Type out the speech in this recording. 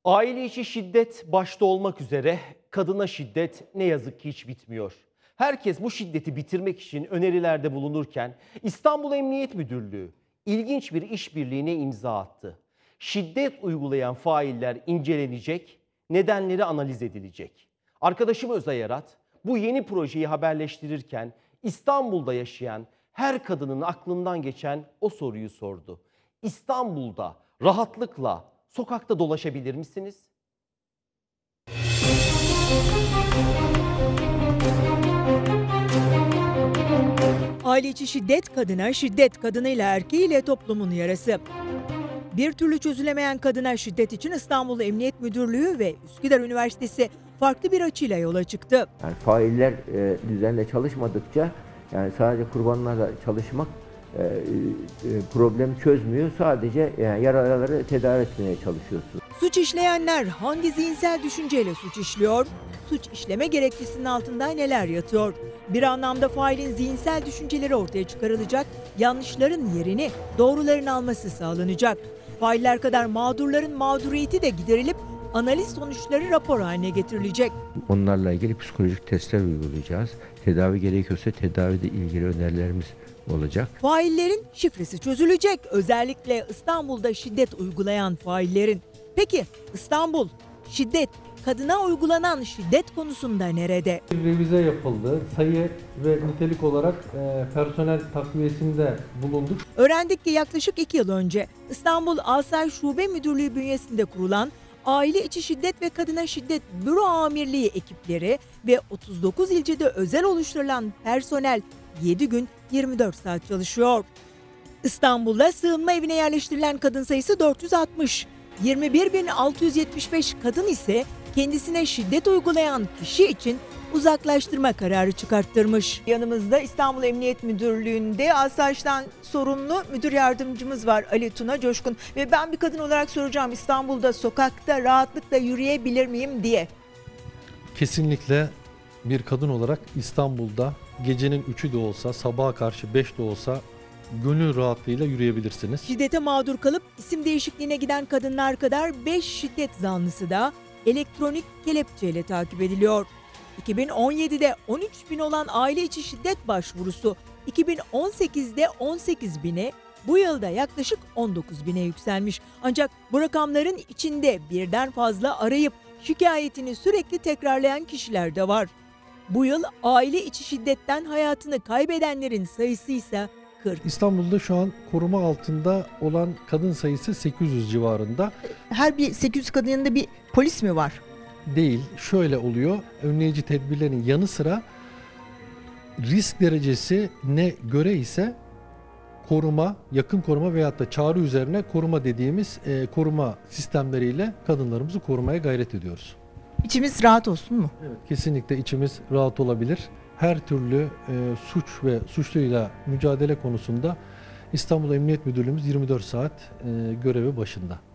Aile içi şiddet başta olmak üzere kadına şiddet ne yazık ki hiç bitmiyor. Herkes bu şiddeti bitirmek için önerilerde bulunurken İstanbul Emniyet Müdürlüğü ilginç bir işbirliğine imza attı. Şiddet uygulayan failler incelenecek, nedenleri analiz edilecek. Arkadaşım Özay Arat bu yeni projeyi haberleştirirken İstanbul'da yaşayan her kadının aklından geçen o soruyu sordu. İstanbul'da rahatlıkla sokakta dolaşabilir misiniz? Aile içi şiddet kadına, şiddet kadınıyla erkeğiyle toplumun yarası. Bir türlü çözülemeyen kadına şiddet için İstanbul Emniyet Müdürlüğü ve Üsküdar Üniversitesi farklı bir açıyla yola çıktı. Yani failler düzenle çalışmadıkça, yani sadece kurbanlarla çalışmak problemi çözmüyor. Sadece yaraları tedavi etmeye çalışıyorsun. Suç işleyenler hangi zihinsel düşünceyle suç işliyor? Suç işleme gerekçesinin altında neler yatıyor? Bir anlamda failin zihinsel düşünceleri ortaya çıkarılacak, yanlışların yerini doğruların alması sağlanacak. Failler kadar mağdurların mağduriyeti de giderilip analiz sonuçları rapor haline getirilecek. Onlarla ilgili psikolojik testler uygulayacağız. Tedavi gerekiyorsa tedaviyle ilgili önerilerimiz olacak. Faillerin şifresi çözülecek. Özellikle İstanbul'da şiddet uygulayan faillerin. Peki İstanbul şiddet, kadına uygulanan şiddet konusunda nerede? Revize yapıldı. Sayı ve nitelik olarak personel takviyesinde bulunduk. Öğrendik ki yaklaşık 2 yıl önce İstanbul Asayiş Şube Müdürlüğü bünyesinde kurulan Aile İçi Şiddet ve Kadına Şiddet Büro Amirliği ekipleri ve 39 ilçede özel oluşturulan personel 7 gün 24 saat çalışıyor. İstanbul'da sığınma evine yerleştirilen kadın sayısı 460. 21.675 kadın ise kendisine şiddet uygulayan kişi için uzaklaştırma kararı çıkarttırmış. Yanımızda İstanbul Emniyet Müdürlüğü'nde asayişten sorumlu müdür yardımcımız var Ali Tuna Coşkun. Ve ben bir kadın olarak soracağım, İstanbul'da sokakta rahatlıkla yürüyebilir miyim diye. Kesinlikle bir kadın olarak İstanbul'da gecenin 3'ü de olsa, sabaha karşı 5 de olsa gönül rahatlığıyla yürüyebilirsiniz. Şiddete mağdur kalıp isim değişikliğine giden kadınlar kadar 5 şiddet zanlısı da elektronik kelepçeyle takip ediliyor. 2017'de 13 bin olan aile içi şiddet başvurusu 2018'de 18 bine, bu yılda yaklaşık 19 bine yükselmiş. Ancak bu rakamların içinde birden fazla arayıp şikayetini sürekli tekrarlayan kişiler de var. Bu yıl aile içi şiddetten hayatını kaybedenlerin sayısı ise 40. İstanbul'da şu an koruma altında olan kadın sayısı 800 civarında. Her bir 800 kadının yanında bir polis mi var? Değil, şöyle oluyor. Önleyici tedbirlerin yanı sıra risk derecesi ne göre ise koruma, yakın koruma veyahut da çağrı üzerine koruma dediğimiz koruma sistemleriyle kadınlarımızı korumaya gayret ediyoruz. İçimiz rahat olsun mu? Evet, kesinlikle içimiz rahat olabilir. Her türlü suç ve suçluyla mücadele konusunda İstanbul Emniyet Müdürlüğümüz 24 saat görevi başında.